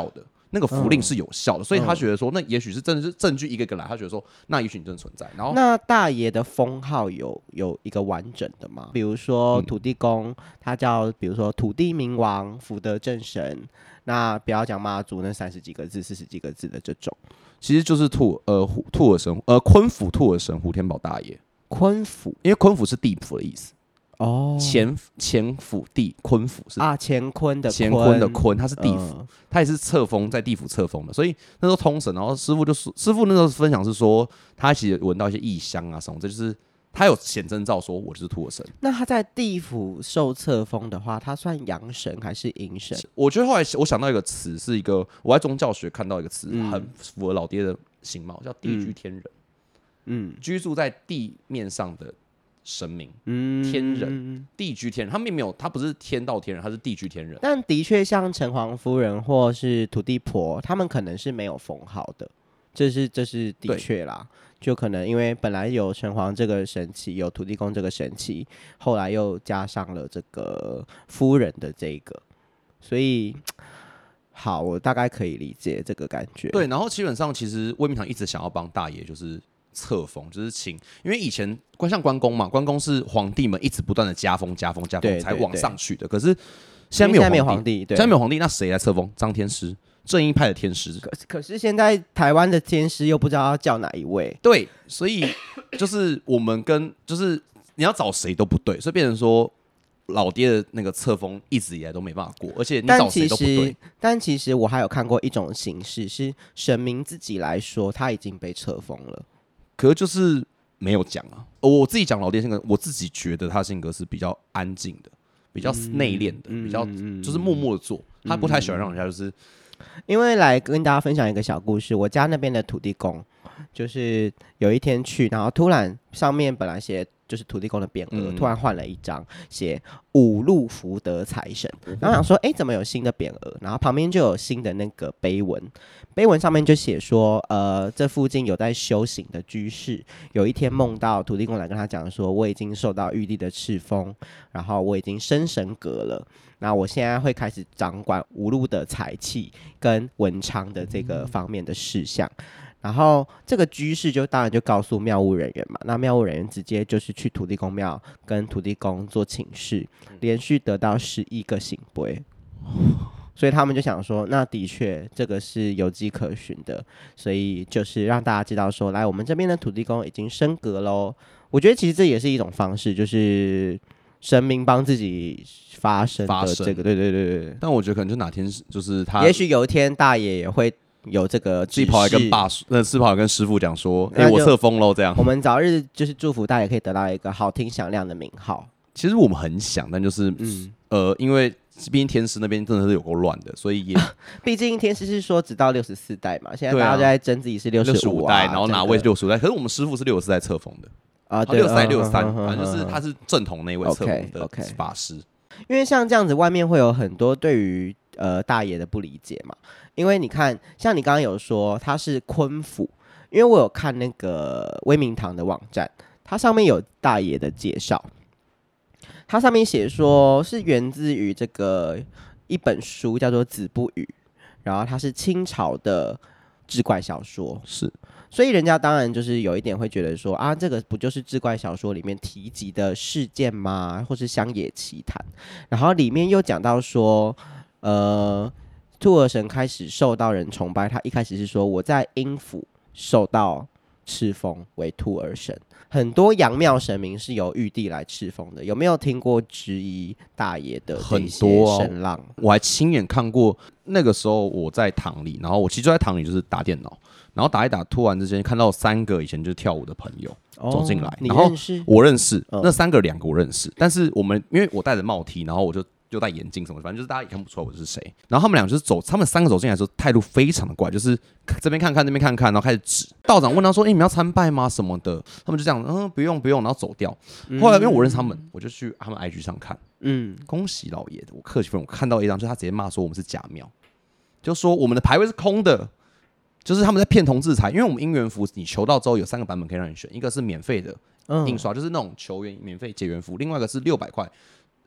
那个符令是有效的，所以他觉得说，那也许是真的是证据一个一个来，他觉得说，那也许你真的存在。然后， 那大爷的封号有一个完整的吗？比如说土地公，他叫比如说土地明王、福德正神，那不要讲妈祖那30几个字、40几个字的这种， 其实就是兔儿神坤府兔儿神胡天宝大爷。 坤府， 因为坤府是地府的意思。 哦， 前府地坤府是乾坤的坤，它是地府，它也是册封在地府册封的，所以那时候通神，然后师傅那时候分享是说，他其实闻到一些异香啊什么，这就是他有显征兆说我就是兔儿神。 那他在地府受册封的话，他算阳神还是阴神？ 我觉得后来我想到一个词，是一个我在宗教学看到一个词，很符合老爹的形貌，叫地居天人。居住在地面上的神明，天人，地居天人，他并没有，他不是天道天人，他是地居天人。 但的确，像城隍夫人或是土地婆，他们可能是没有封号的，这是的确啦。就可能因为本来有城隍这个神奇，有土地公这个神奇，后来又加上了这个夫人的这个，所以好，我大概可以理解这个感觉。 对，然后基本上其实魏明堂一直想要帮大爷，就是册封，就是请，因为以前像关公嘛，关公是皇帝们一直不断的加封才往上去的。可是现在没有皇帝，现在没有皇帝，那谁来册封？张天师，正一派的天师。 可是现在台湾的天师又不知道要叫哪一位。 对，所以就是我们就是你要找谁都不对，所以变成说老爹的那个册封一直以来都没办法过，而且你找谁都不对。 但其实我还有看过一种形式，是神明自己来说他已经被册封了。 可是就是没有讲啊。我自己讲老爹性格，我自己觉得他性格是比较安静的，比较内敛的，比较就是默默的做。他不太喜欢让人家就是。 因为来跟大家分享一个小故事，我家那边的土地公，就是有一天去，然后突然上面本来写就是土地公的匾额，突然换了一张写五路福德财神，然后想说，怎么有新的匾额？然后旁边就有新的那个碑文，碑文上面就写说，这附近有在修行的居士，有一天梦到土地公来跟他讲说，我已经受到玉帝的敕封，然后我已经升神格了。那我现在会开始掌管五路的财气跟文昌的这个方面的事项，然后这个居士当然就告诉庙务人员嘛，那庙务人员直接就是去土地公庙跟土地公做请示，连续得到11个圣杯，所以他们就想说，那的确这个是有迹可循的，所以就是让大家知道说，来我们这边的土地公已经升格咯。我觉得其实这也是一种方式，就是神明帮自己发声的这个，对。 但我觉得可能就哪天就是他， 也许有一天大爷也会有这个自己跑来跟师傅讲说，我册封喽，这样。 我们早日就是祝福大爷可以得到一个好听响亮的名号。 其实我们很想，但就是因为毕竟天师那边真的是有够乱的，所以也毕竟天师是说只到64代嘛，现在大家都在争自己是65 代，然后哪位是65代？可是我们师傅是64代册封的。对，64代63，反正就是他是正统那一位册封的法师。 因为像这样子，外面会有很多对于大爷的不理解嘛。因为你看，像你刚刚有说他是坤府，因为我有看那个威明堂的网站，它上面有大爷的介绍，它上面写说是源自于这个一本书叫做《子不语》，然后它是清朝的志怪小说， 是。 所以人家当然就是有一点会觉得说啊，这个不就是志怪小说里面提及的事件吗？或是乡野奇谈？然后里面又讲到说，兔儿神开始受到人崇拜，他一开始是说我在阴府受到敕封为兔儿神，很多阳庙神明是由玉帝来敕封的。有没有听过质疑大爷的这些声浪？ 我还亲眼看过。那个时候我在堂里，然后我其实就在堂里就是打电脑，然后打一打，突然之间看到3个以前就是跳舞的朋友走进来， 你认识？ 我认识，那2个我认识，但是我们因为我戴着帽 T， 然后我就戴眼镜什么，反正就是大家也看不出来我是谁。然后他们俩就是他们3个走进来的时候态度非常的怪，就是这边看看那边看看，然后开始指。道长问他说：“你们要参拜吗？什么的？”他们就这样，不用，然后走掉。后来因为我认识他们，我就去他们 IG 上看，恭喜老爷，我客气不？我看到一张，就是他直接骂说我们是假庙，就说我们的牌位是空的。就是他们在骗同志财，因为我们姻缘符你求到之后有3个版本可以让你选，一个是免费的印刷，就是那种球员免费结缘符，另外一个是600块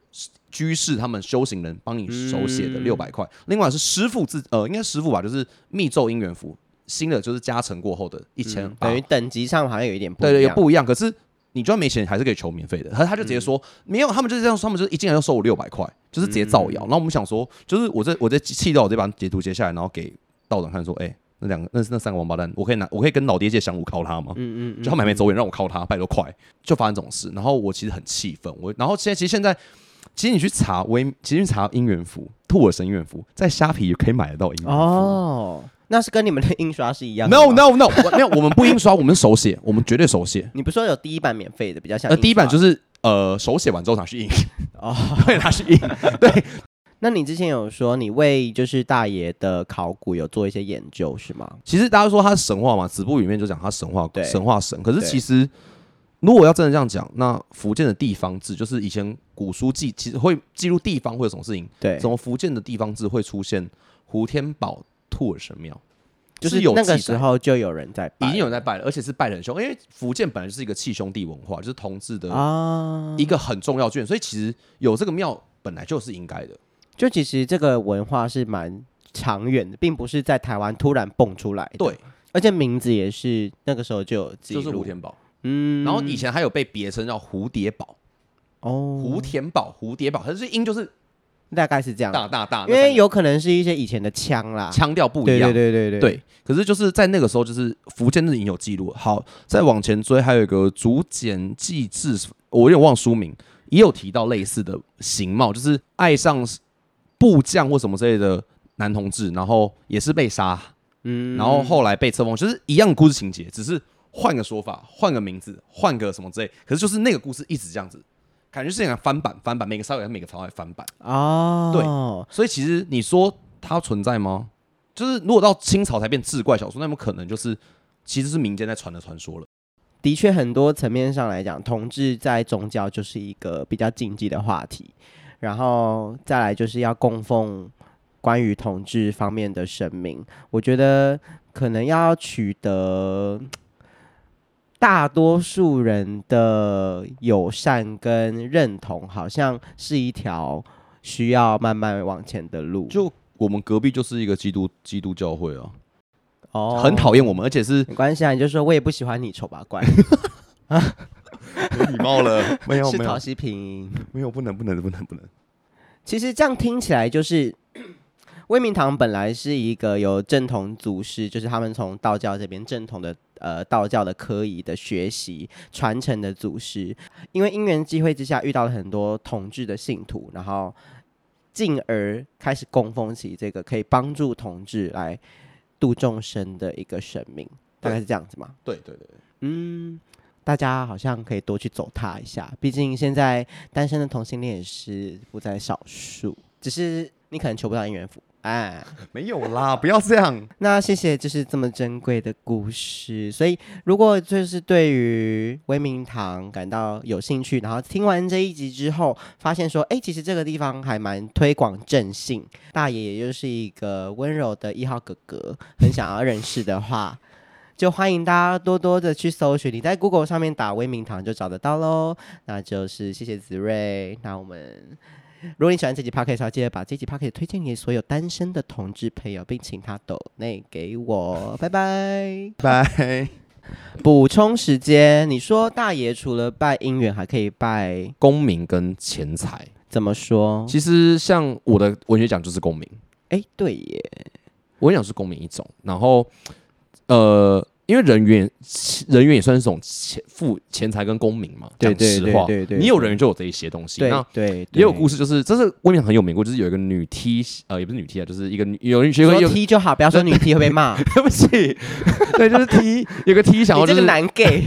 居士他们修行人帮你手写的600块，另外是师傅应该师傅吧，就是密咒姻缘符，新的就是加成过后的1800， 等于等级上好像有一点不一样， 对，也不一样。可是你就算没钱，还是可以求免费的。他就直接说没有，他们就是这样说，他们就是一进来就收我600块，就是直接造谣。然后我们想说，就是我这气到我这把截图截下来，然后给道长看说，那3个王八蛋，我可以跟老爹借降武敲他吗？就他们还没走远，让我敲他，拜托快！就发生这种事，然后我其实很气愤。然后现在，其实你去查姻缘符，兔耳神姻缘符，在虾皮也可以买得到姻缘符。 哦，那是跟你们的印刷是一样的 ？No， 没有，我们不印刷，我们手写，我们绝对手写。 你不是说有第一版免费的，比较像第一版就是手写完之后拿去印，对，拿去印，对。 那你之前有说你为就是大爷的考古有做一些研究是吗？ 其实大家说他是神话嘛，子部里面就讲他神话神，可是其实如果要真的这样讲，那福建的地方志就是以前古书记其实会记录地方会有什么事情，对，怎么福建的地方志会出现胡天宝兔耳神庙， 就是那个时候就有人在拜， 已经有人在拜了，而且是拜得很凶，因为福建本来就是一个契兄弟文化，就是同治的一个很重要卷，所以其实有这个庙本来就是应该的。 就其实这个文化是蛮长远的，并不是在台湾突然蹦出来的。 对， 而且名字也是那个时候就有记录， 就是胡天宝。然后以前还有被别称叫蝴蝶宝。胡天宝，蝴蝶宝，可是音就是大概是这样， 大， 因为有可能是一些以前的腔啦， 腔调不一样。 对。 可是就是在那个时候，就是福建已经有记录。好，再往前追，还有一个竹简记志，我有点忘书名，也有提到类似的形貌，就是爱上部将或什么之类的男同志，然后也是被杀，然后后来被册封，就是一样的故事情节，只是换个说法，换个名字，换个什么之类。可是就是那个故事一直这样子，感觉是想翻版，每个稍微每个朝代翻版哦。对，所以其实你说它存在吗？就是如果到清朝才变志怪小说，那么可能就是其实是民间在传的传说了。 的确，很多层面上来讲，同志在宗教就是一个比较禁忌的话题。然后再来就是要供奉关于同志方面的神明，我觉得可能要取得大多数人的友善跟认同，好像是一条需要慢慢往前的路。 就我们隔壁就是一个基督教会啊，很讨厌我们，而且是没关系啊，你就说我也不喜欢你丑八怪。 没礼貌了，没有， 是陶希平， 没有，不能。 其实这样听起来就是威明堂本来是一个由正统祖师，就是他们从道教这边正统的道教的科仪的学习传承的祖师，因为因缘际会之下遇到了很多同志的信徒，然后进而开始供奉起这个可以帮助同志来度众生的一个神明，大概是这样子吗？ 对， 大家好像可以多去走踏一下，毕竟现在单身的同性恋也是不在少数，只是你可能求不到姻缘符。 没有啦，不要这样。 那谢谢，就是这么珍贵的故事。所以，如果就是对于威明堂感到有兴趣，然后听完这一集之后，发现说，其实这个地方还蛮推广正性，大爷也就是一个温柔的1号哥哥，很想要认识的话。就欢迎大家多多的去搜寻，你在 Google 上面打威明堂就找得到咯。那就是谢谢子瑞。那我们如果你喜欢这集 Podcast， 记得把这集 Podcast 推荐给所有单身的同志朋友，并请他抖内给我。拜拜拜。 补充时间，你说大爷除了拜姻缘，还可以拜功名跟钱财？ 怎么说？ 其实像我的文学奖就是功名。 对耶， 文学奖是功名一种，然后因为人缘也算是种钱财跟功名嘛，讲实话，你有人缘就有这一些东西。那对， 也有故事，就是这是威明很有名故事，就是有一个女 T， 也不是女 T 啊，就是一个有人学过 T 就好，不要说女 T 会被骂。 对不起，对，就是 T 有个 T 想要就是你这个男 gay，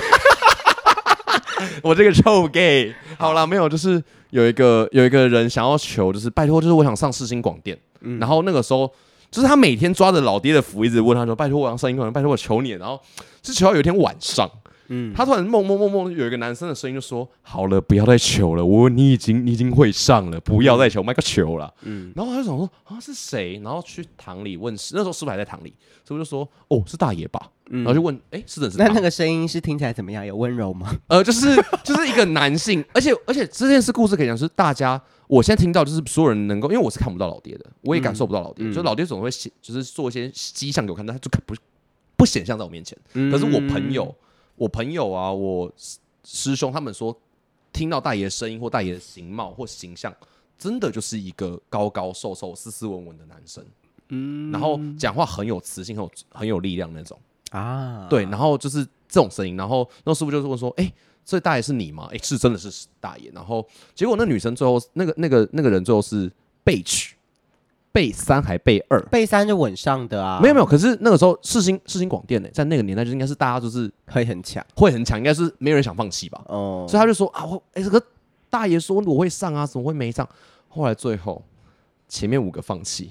我这个臭 gay。好啦，没有，就是有一个人想要求，就是拜托，就是我想上世新广电，然后那个时候。就是他每天抓着老爹的符，一直问他说：“拜托我要上英文，拜托我求你。”然后是求到有一天晚上， 他突然梦有一个男生的声音就说：“好了，不要再求了，你已经会上了，不要再求，卖个球了。”然后他就想说啊是谁？然后去堂里问那时候师傅还在堂里，师傅就说：“哦，是大爷吧？”然后就问：“是的，是的。” 那个声音是听起来怎么样？有温柔吗？ 就是一个男性，而且这件事故事可以讲是大家。我现在听到就是所有人能够，因为我是看不到老爹的，我也感受不到老爹，就老爹总会就是做一些迹象给我看，但他就不显像在我面前。可是我朋友啊，我师兄他们说，听到大爷的声音或大爷的形貌或形象，真的就是一个高高瘦瘦、斯斯文文的男生，然后讲话很有磁性、很有力量那种啊。对，然后就是这种声音，然后那师傅就是问说，所以大爷是你吗？是真的是大爷。然后结果那女生最后那个人最后是被取。备3还备2？ 备3就稳上的啊。 没有，可是那个时候世新广电在那个年代就应该是大家就是会很强， 应该是没有人想放弃吧。所以他就说啊，这个大爷说我会上啊，怎么会没上？后来最后前面5个放弃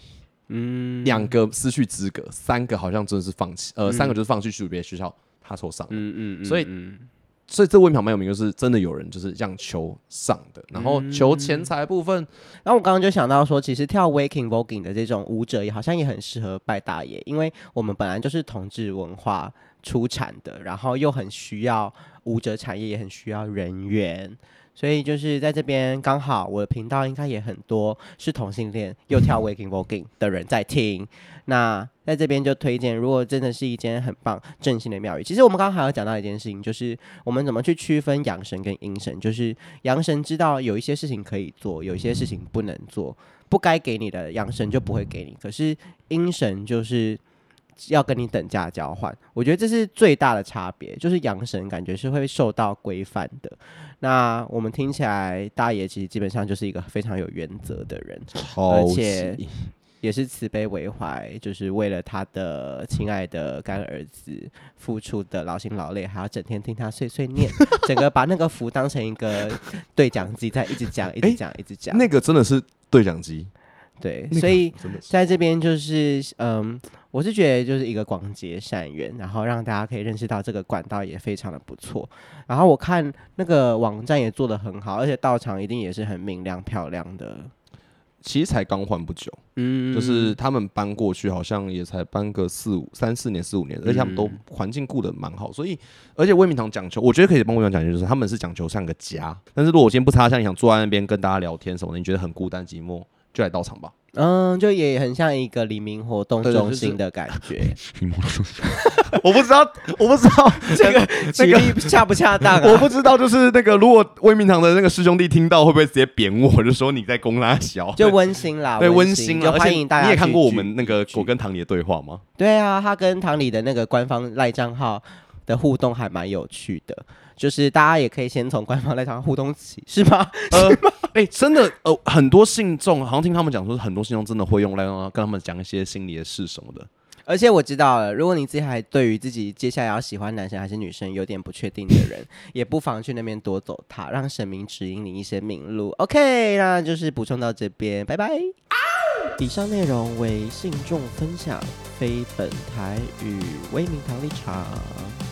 ，2个失去资格，3个好像真的是放弃，3个就是放弃去别的学校，他抽上了。所以这问题蛮有名，就是真的有人就是这样求上的，然后求钱财的部分。 然后我刚刚就想到说，其实跳 Waking Voguing 的这种舞者也好像也很适合拜大爷，因为我们本来就是同志文化出产的，然后又很需要舞者产业，也很需要人员。所以就是在这边刚好我的频道应该也很多是同性恋又跳 Waking Voguing 的人在听，那在这边就推荐，如果真的是一间很棒正信的庙宇。其实我们刚刚还要讲到一件事情，就是我们怎么去区分阳神跟阴神，就是阳神知道有一些事情可以做，有一些事情不能做，不该给你的阳神就不会给你，可是阴神就是要跟你等价交换。我觉得这是最大的差别，就是阳神感觉是会受到规范的，那我们听起来大爷其实基本上就是一个非常有原则的人，而且也是慈悲为怀，就是为了他的亲爱的干儿子付出的劳心劳累，还要整天听他碎碎念，整个把那个符当成一个对讲机在一直讲那个真的是对讲机。 对，所以在这边就是我是觉得就是一个广结善缘，然后让大家可以认识到这个管道也非常的不错。然后我看那个网站也做得很好，而且道场一定也是很明亮漂亮的。 其实才刚换不久，就是他们搬过去，好像也才搬个3、4年、4、5年，而且他们都环境顾得蛮好，所以而且威明堂讲求，我觉得可以帮威明堂讲究，就是他们是讲求像个家。但是如果我今天不插香，你想坐在那边跟大家聊天什么的，你觉得很孤单寂寞，就来道场吧。 就也很像一个黎明活动中心的感觉。 我不知道这个举例恰不恰当啊？ 我不知道，就是那个如果威明堂的那个师兄弟听到，会不会直接扁我，就说你在攻拉小？ 就温馨啦， 对，温馨就欢迎大家。 你也看过我们那个我跟堂里的对话吗？ 对啊，他跟堂里的那个官方赖账号的互动还蛮有趣的，就是大家也可以先从官方赖账号互动起，是吗？ 真的很多信众好像听他们讲说，很多信众真的会用赖账号跟他们讲一些心里的事什么的。 而且我知道了，如果你自己还对于自己接下来要喜欢男生还是女生有点不确定的人，也不妨去那边多走踏，让神明指引你一些明路。OK， 那就是补充到这边，拜拜。以上内容为信众分享，非本台与威明堂立场。